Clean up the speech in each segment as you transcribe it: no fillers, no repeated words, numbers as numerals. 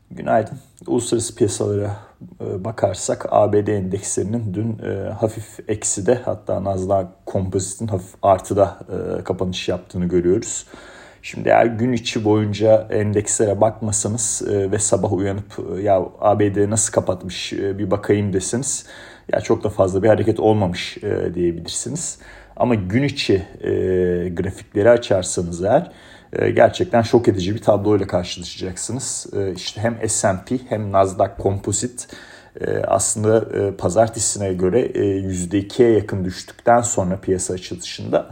Günaydın. Uluslararası piyasalara bakarsak ABD endekslerinin dün hafif ekside, hatta Nasdaq Composite'in hafif artıda kapanış yaptığını görüyoruz. Şimdi eğer gün içi boyunca endekslere bakmasanız ve sabah uyanıp ya ABD nasıl kapatmış bir bakayım deseniz ya çok da fazla bir hareket olmamış diyebilirsiniz. Ama gün içi grafikleri açarsanız eğer gerçekten şok edici bir tabloyla karşılaşacaksınız. İşte hem S&P hem Nasdaq Composite aslında pazartesine göre %2'ye yakın düştükten sonra piyasa açılışında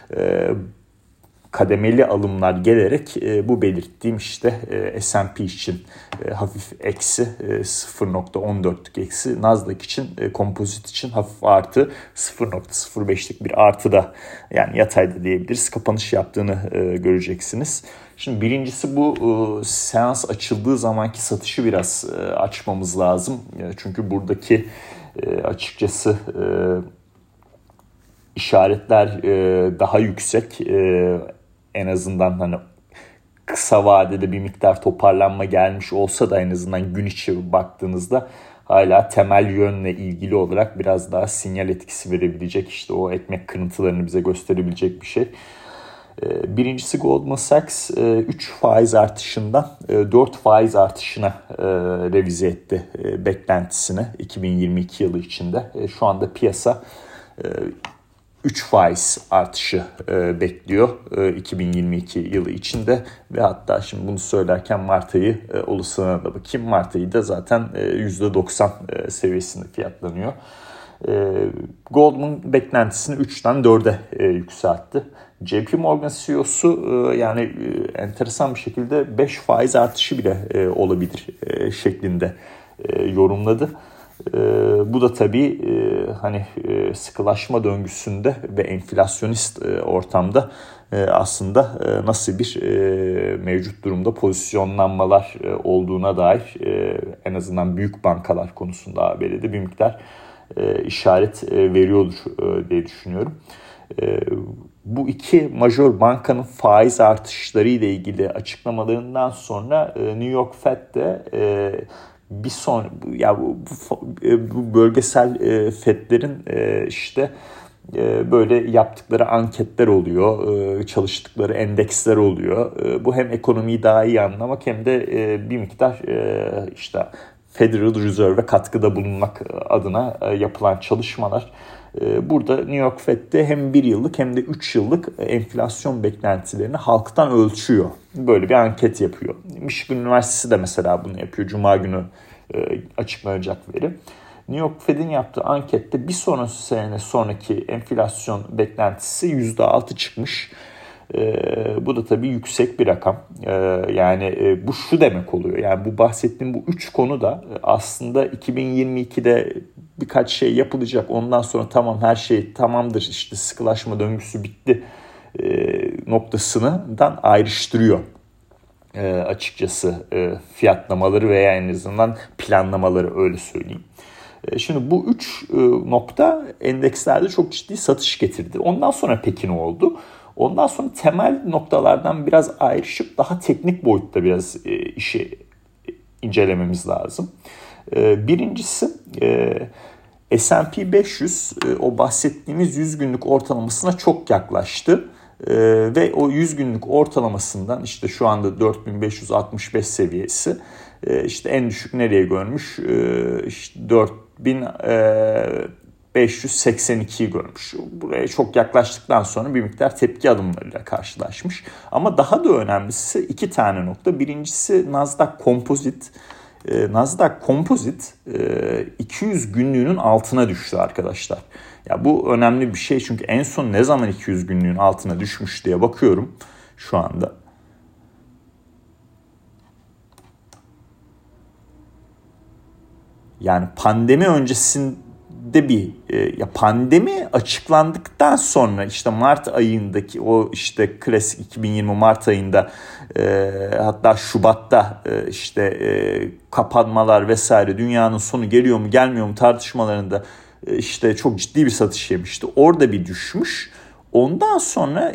kademeli alımlar gelerek bu belirttiğim işte S&P için hafif eksi 0.14'lük eksi, Nasdaq için kompozit için hafif artı 0.05'lik bir artı da, yani yatayda diyebiliriz, kapanış yaptığını göreceksiniz. Şimdi birincisi bu seans açıldığı zamanki satışı biraz açmamız lazım. Çünkü buradaki açıkçası işaretler daha yüksek. En azından hani kısa vadede bir miktar toparlanma gelmiş olsa da en azından gün içi baktığınızda hala temel yönle ilgili olarak biraz daha sinyal etkisi verebilecek, işte o ekmek kırıntılarını bize gösterebilecek bir şey. Birincisi Goldman Sachs 3 faiz artışından 4 faiz artışına revize etti beklentisini 2022 yılı içinde. Şu anda piyasa 3 faiz artışı bekliyor 2022 yılı içinde ve hatta şimdi bunu söylerken Mart ayı olasılığına da bakayım. Mart ayı da zaten %90 seviyesinde fiyatlanıyor. Goldman beklentisini 3'ten 4'e yükseltti. JP Morgan CEO'su yani enteresan bir şekilde 5 faiz artışı bile olabilir şeklinde yorumladı. Bu da tabii hani sıkılaşma döngüsünde ve enflasyonist ortamda aslında nasıl bir mevcut durumda pozisyonlanmalar olduğuna dair en azından büyük bankalar konusunda ABD'de bir miktar işaret veriyordur diye düşünüyorum. Bu iki major bankanın faiz artışları ile ilgili açıklamalarından sonra New York Fed de bir son ya bu bölgesel Fed'lerin işte böyle yaptıkları anketler oluyor, çalıştıkları endeksler oluyor. Bu hem ekonomiyi daha iyi anlamak hem de bir miktar işte Federal Reserve'e katkıda bulunmak adına yapılan çalışmalar. Burada New York Fed'de hem 1 yıllık hem de 3 yıllık enflasyon beklentilerini halktan ölçüyor. Böyle bir anket yapıyor. Michigan Üniversitesi de mesela bunu yapıyor. Cuma günü açıklanacak veri. New York Fed'in yaptığı ankette bir sonraki sene sonraki enflasyon beklentisi %6 çıkmış. Bu da tabii yüksek bir rakam. Yani bu şu demek oluyor. Yani bu bahsettiğim bu 3 konu da aslında 2022'de birkaç şey yapılacak. Ondan sonra tamam, her şey tamamdır, işte sıkılaşma döngüsü bitti noktasından ayrıştırıyor açıkçası fiyatlamaları veya en azından planlamaları, öyle söyleyeyim. Şimdi bu 3 nokta endekslerde çok ciddi satış getirdi. Ondan sonra peki ne oldu? Ondan sonra temel noktalardan biraz ayrışıp daha teknik boyutta biraz işi incelememiz lazım. Birincisi S&P 500 o bahsettiğimiz 100 günlük ortalamasına çok yaklaştı. Ve o 100 günlük ortalamasından işte şu anda 4565 seviyesi, işte en düşük nereye görmüş? İşte 4582'yi görmüş. Buraya çok yaklaştıktan sonra bir miktar tepki adımlarıyla karşılaşmış. Ama daha da önemlisi 2 tane nokta. Birincisi Nasdaq Composite. Nasdaq Composite 200 günlüğünün altına düştü arkadaşlar. Ya bu önemli bir şey, çünkü en son ne zaman 200 günlüğün altına düşmüş diye bakıyorum şu anda. Yani pandemi öncesinde ya pandemi açıklandıktan sonra işte Mart ayındaki o işte klasik 2020 Mart ayında hatta Şubat'ta işte kapanmalar vesaire, dünyanın sonu geliyor mu gelmiyor mu tartışmalarında işte çok ciddi bir satış yemişti. Orada bir düşmüş. Ondan sonra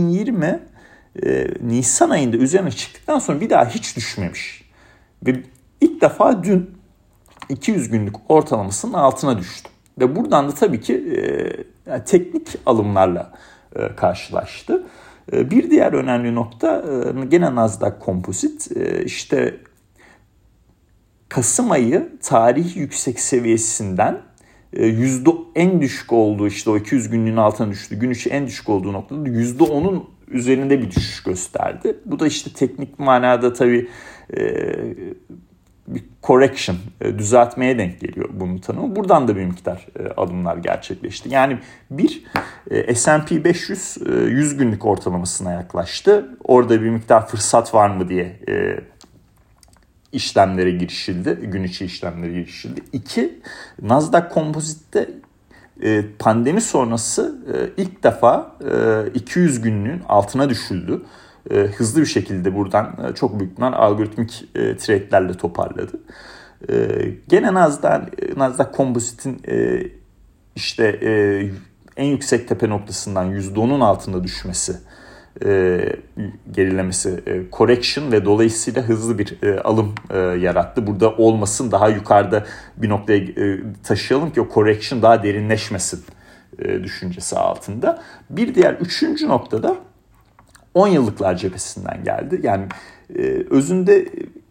2020 Nisan ayında üzerine çıktıktan sonra bir daha hiç düşmemiş. Ve ilk defa dün 200 günlük ortalamasının altına düştü. Ve buradan da tabii ki teknik alımlarla karşılaştı. Bir diğer önemli nokta gene Nasdaq Composite işte Kasım ayı tarih yüksek seviyesinden en düşük olduğu işte o 200 günlüğün altına düştü. Gün içi en düşük olduğu noktada %10'un üzerinde bir düşüş gösterdi. Bu da işte teknik manada tabii bir correction, düzeltmeye denk geliyor bunun tanımı. Buradan da bir miktar alımlar gerçekleşti. Yani S&P 500 100 günlük ortalamasına yaklaştı. Orada bir miktar fırsat var mı diye işlemlere girişildi. Gün içi işlemlere girişildi. 2. Nasdaq Composite'de pandemi sonrası ilk defa 200 günlüğün altına düşüldü. Hızlı bir şekilde buradan çok büyük algoritmik trade'lerle toparladı. Gene Nasdaq Composite'in en yüksek tepe noktasından %10'un altında düşmesi, gerilemesi, correction ve dolayısıyla hızlı bir alım yarattı. Burada olmasın, daha yukarıda bir noktaya taşıyalım ki o correction daha derinleşmesin düşüncesi altında. Bir diğer üçüncü noktada 10 yıllıklar cephesinden geldi. Yani özünde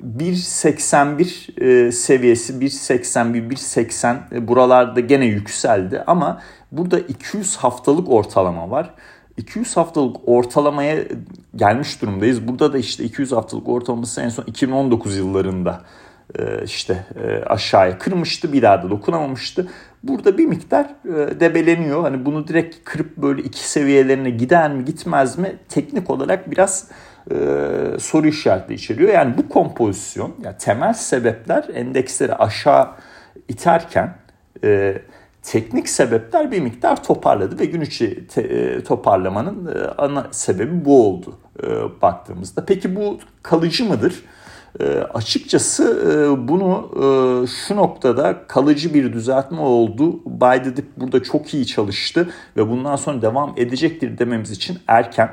1.81 seviyesi, 1.81, 1.80 buralarda gene yükseldi ama burada 200 haftalık ortalama var. 200 haftalık ortalamaya gelmiş durumdayız. Burada da işte 200 haftalık ortalaması en son 2019 yıllarında aşağıya kırmıştı. Bir daha da dokunamamıştı. Burada bir miktar debeleniyor. Hani bunu direkt kırıp böyle iki seviyelerine gider mi gitmez mi? Teknik olarak biraz soru işareti içeriyor. Yani bu kompozisyon, yani temel sebepler endeksleri aşağı iterken teknik sebepler bir miktar toparladı ve gün içi toparlamanın ana sebebi bu oldu baktığımızda. Peki bu kalıcı mıdır? Açıkçası bunu şu noktada kalıcı bir düzeltme oldu. Buy the Dip burada çok iyi çalıştı ve bundan sonra devam edecektir dememiz için erken.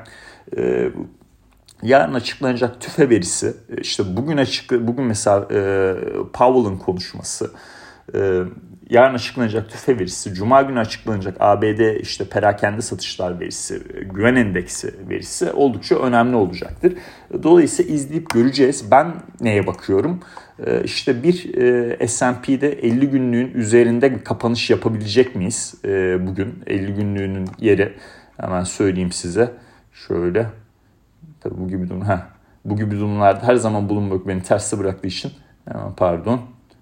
Yarın açıklanacak tüfe verisi, işte bugün mesela Powell'ın konuşması, yarın açıklanacak tüfe verisi, Cuma günü açıklanacak ABD işte perakende satışlar verisi, güven endeksi verisi oldukça önemli olacaktır. Dolayısıyla izleyip göreceğiz. Ben neye bakıyorum? İşte bir S&P'de 50 günlüğün üzerinde bir kapanış yapabilecek miyiz bugün? 50 günlüğünün yeri hemen söyleyeyim size. Şöyle. Tabii bu gibi durumlarda her zaman Bloomberg beni terse bıraktığı için pardon.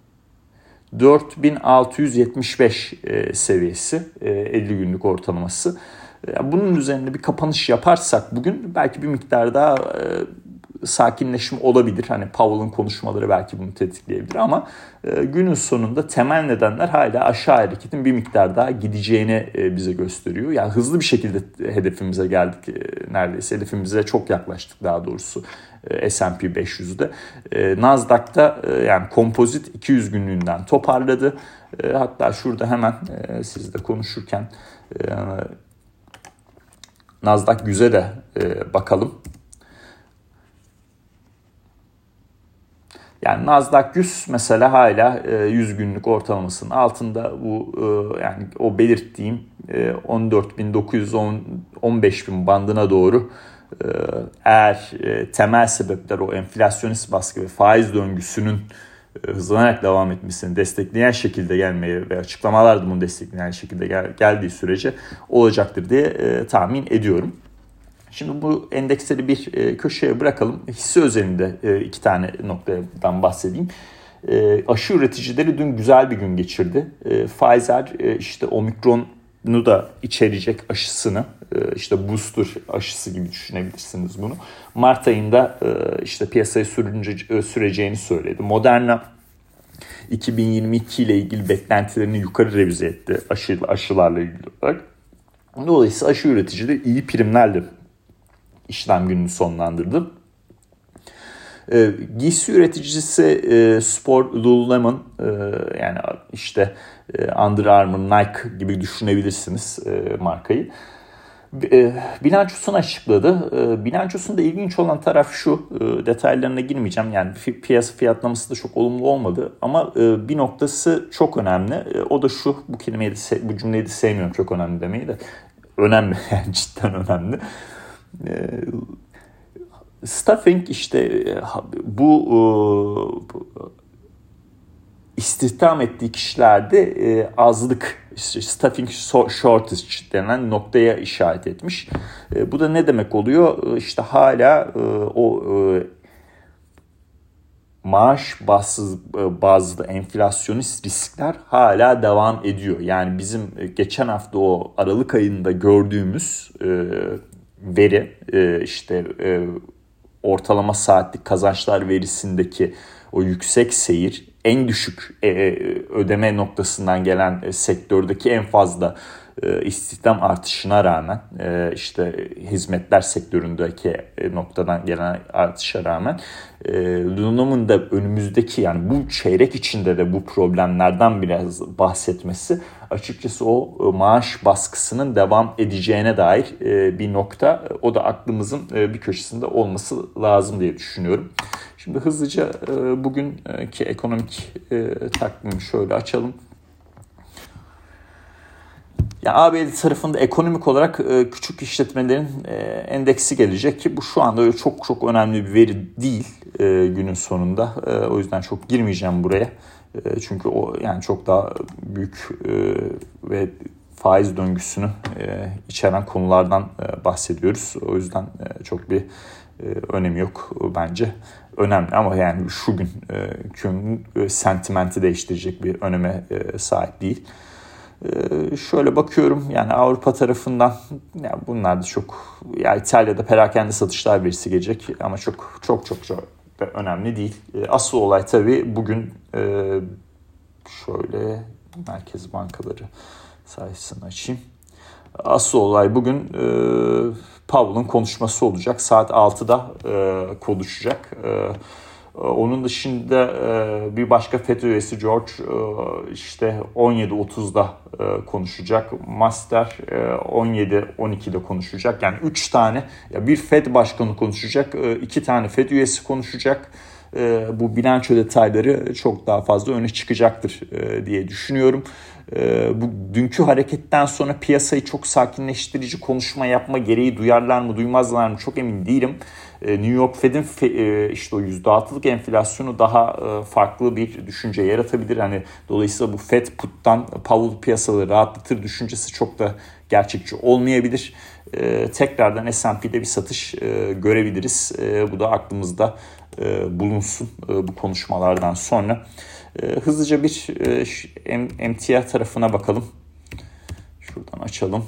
4675 seviyesi 50 günlük ortalaması. Bunun üzerinde bir kapanış yaparsak bugün belki bir miktar daha sakinleşme olabilir. Hani Powell'ın konuşmaları belki bunu tetikleyebilir ama günün sonunda temel nedenler hala aşağı hareketin bir miktar daha gideceğini bize gösteriyor. Yani hızlı bir şekilde hedefimize geldik neredeyse. Hedefimize çok yaklaştık daha doğrusu S&P 500'de. Nasdaq'ta yani kompozit 200 günlüğünden toparladı. Hatta şurada hemen sizle konuşurken Nasdaq 100'e de bakalım. Yani Nasdaq 100 mesela hala 100 günlük ortalamasının altında. Bu yani o belirttiğim 14.900-15.000 bandına doğru eğer temel sebepler o enflasyonist baskı ve faiz döngüsünün hızlanarak devam etmesini destekleyen şekilde gelmeye ve açıklamalar da bunu destekleyen şekilde geldiği sürece olacaktır diye tahmin ediyorum. Şimdi bu endeksleri bir köşeye bırakalım. Hisse özelinde iki tane noktadan bahsedeyim. Aşı üreticileri dün güzel bir gün geçirdi. Pfizer işte Omikron'u da içerecek aşısını, işte booster aşısı gibi düşünebilirsiniz bunu. Mart ayında işte piyasaya süreceğini söyledi. Moderna 2022 ile ilgili beklentilerini yukarı revize etti aşılarla ilgili olarak. Dolayısıyla aşı üreticileri iyi primlerle işlem gününü sonlandırdı. Giysi üreticisi Spor Lululemon yani işte Under Armour, Nike gibi düşünebilirsiniz markayı. Bilançosunu açıkladı. Bilançosunda ilginç olan taraf şu, detaylarına girmeyeceğim. Yani piyasa fiyatlaması da çok olumlu olmadı. Ama bir noktası çok önemli. O da şu, bu cümleyi de sevmiyorum, çok önemli demeyi de. Önemli, yani cidden önemli. Staffing işte bu istihdam ettiği kişilerde azlık, işte staffing shortage denen noktaya işaret etmiş. Bu da ne demek oluyor? İşte hala o maaş bazlı enflasyonist riskler hala devam ediyor. Yani bizim geçen hafta o Aralık ayında gördüğümüz veri, işte ortalama saatlik kazançlar verisindeki o yüksek seyir, en düşük ödeme noktasından gelen sektördeki en fazla istihdam artışına rağmen, işte hizmetler sektöründeki noktadan gelen artışa rağmen, Lunam'ın da önümüzdeki, yani bu çeyrek içinde de bu problemlerden biraz bahsetmesi açıkçası o maaş baskısının devam edeceğine dair bir nokta. O da aklımızın bir köşesinde olması lazım diye düşünüyorum. Şimdi hızlıca bugünkü ekonomik takvimi şöyle açalım. Yani ABD tarafında ekonomik olarak küçük işletmelerin endeksi gelecek ki bu şu anda öyle çok önemli bir veri değil günün sonunda. O yüzden çok girmeyeceğim buraya. Çünkü o yani çok daha büyük ve faiz döngüsünü içeren konulardan bahsediyoruz. O yüzden çok bir önemi yok bence. Önemli ama yani şu gün sentimenti değiştirecek bir öneme sahip değil. Şöyle bakıyorum, yani Avrupa tarafından, yani bunlar da çok, ya İtalya'da perakende satışlar verisi gelecek ama çok da önemli değil. Asıl olay tabii bugün şöyle merkez bankaları sayısını açayım. Asıl olay bugün Powell'ın konuşması olacak. Saat 6'da konuşacak. Onun dışında bir başka FED üyesi George işte 17.30'da konuşacak. Master 17-12'de konuşacak. Yani 3 tane, ya bir FED başkanı konuşacak, 2 tane FED üyesi konuşacak. Bu bilanço detayları çok daha fazla öne çıkacaktır diye düşünüyorum. Bu dünkü hareketten sonra piyasayı çok sakinleştirici konuşma yapma gereği duyarlar mı duymazlar mı çok emin değilim. New York Fed'in işte o %6'lık enflasyonu daha farklı bir düşünce yaratabilir. Hani dolayısıyla bu Fed put'tan Powell piyasaları rahatlatır düşüncesi çok da gerçekçi olmayabilir. Tekrardan S&P'de bir satış görebiliriz. Bu da aklımızda bulunsun bu konuşmalardan sonra. Hızlıca bir emtia tarafına bakalım. Şuradan açalım.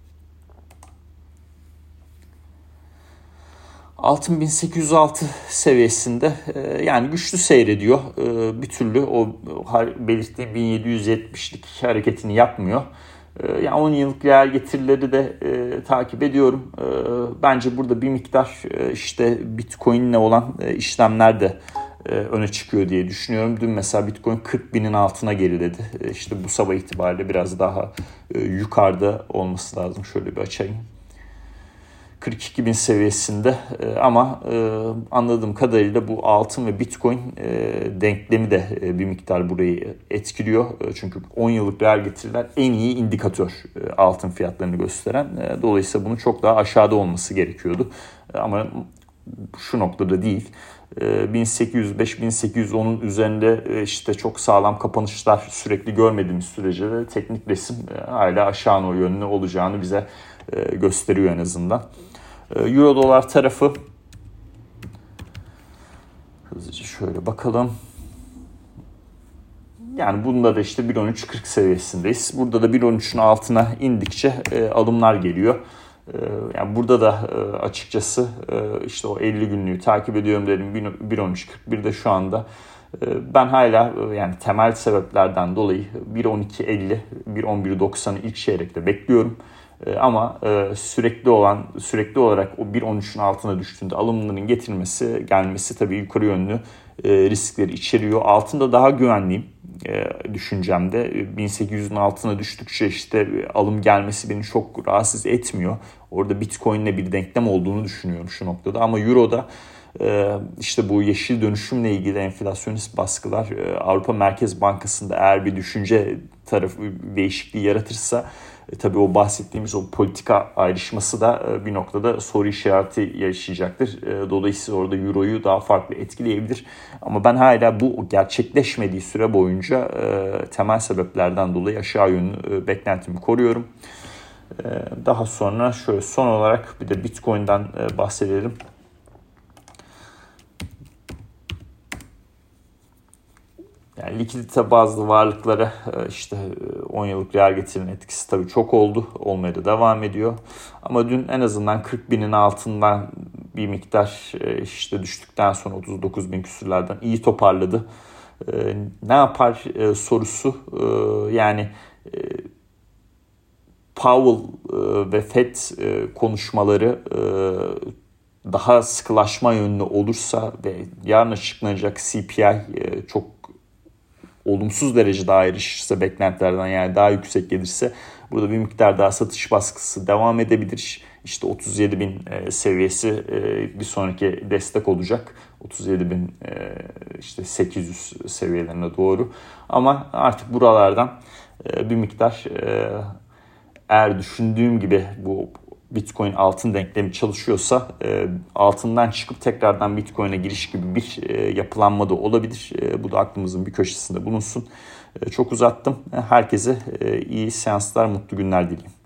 Altın 1806 seviyesinde, yani güçlü seyrediyor. Bir türlü o belirttiğim 1770'lik hareketini yapmıyor. Yani 10 yıllık reel getirileri de takip ediyorum. Bence burada bir miktar işte Bitcoin'le olan işlemler de öne çıkıyor diye düşünüyorum. Dün mesela Bitcoin 40.000'in altına geriledi. İşte bu sabah itibariyle biraz daha yukarıda olması lazım. Şöyle bir açayım. 42.000 seviyesinde ama anladığım kadarıyla bu altın ve Bitcoin denklemi de bir miktar burayı etkiliyor. Çünkü 10 yıllık reel getiriler en iyi indikatör altın fiyatlarını gösteren. Dolayısıyla bunun çok daha aşağıda olması gerekiyordu. Ama şu noktada değil. 1805-1810'un üzerinde işte çok sağlam kapanışlar sürekli görmediğimiz sürece de teknik resim hala aşağı yönlü olacağını bize gösteriyor en azından. Euro dolar tarafı, hızlıca şöyle bakalım. Yani bunda da işte 1.13.40 seviyesindeyiz. Burada da 1.13'ün altına indikçe alımlar geliyor. Yani burada da açıkçası işte o 50 günlüğü takip ediyorum dedim. 1.13.41'de şu anda. Ben hala yani temel sebeplerden dolayı 1.12.50, 1.11.90'ı ilk çeyrekte bekliyorum. Ama sürekli olarak o 1.13'ün altına düştüğünde alımların gelmesi tabii yukarı yönlü riskleri içeriyor. Altında daha güvenliyim. düşüncemde. 1800'ün altına düştükçe işte alım gelmesi beni çok rahatsız etmiyor. Orada Bitcoin'le bir denklem olduğunu düşünüyorum şu noktada. Ama Euro'da işte bu yeşil dönüşümle ilgili enflasyonist baskılar Avrupa Merkez Bankası'nda eğer bir düşünce tarafı değişikliği yaratırsa tabii o bahsettiğimiz o politika ayrışması da bir noktada soru işareti yaşayacaktır. Dolayısıyla orada Euro'yu daha farklı etkileyebilir. Ama ben hala bu gerçekleşmediği süre boyunca temel sebeplerden dolayı aşağı yönlü beklentimi koruyorum. Daha sonra şöyle son olarak bir de Bitcoin'den bahsedelim. Yani likidite bazlı varlıklara işte 10 yıllık reel getirinin etkisi tabii çok oldu. Olmaya da devam ediyor. Ama dün en azından 40 binin altından bir miktar işte düştükten sonra 39 bin küsürlerden iyi toparladı. Ne yapar sorusu yani Powell ve Fed konuşmaları daha sıkılaşma yönlü olursa ve yarın açıklanacak CPI çok olumsuz derecede ayrışırsa beklentilerden, yani daha yüksek gelirse burada bir miktar daha satış baskısı devam edebilir. İşte 37 bin seviyesi bir sonraki destek olacak. 37 bin işte 800 seviyelerine doğru. Ama artık buralardan bir miktar eğer düşündüğüm gibi bu Bitcoin altın denklemi çalışıyorsa altından çıkıp tekrardan Bitcoin'e giriş gibi bir yapılanma da olabilir. Bu da aklımızın bir köşesinde bulunsun. Çok uzattım. Herkese iyi seanslar, mutlu günler dileyim.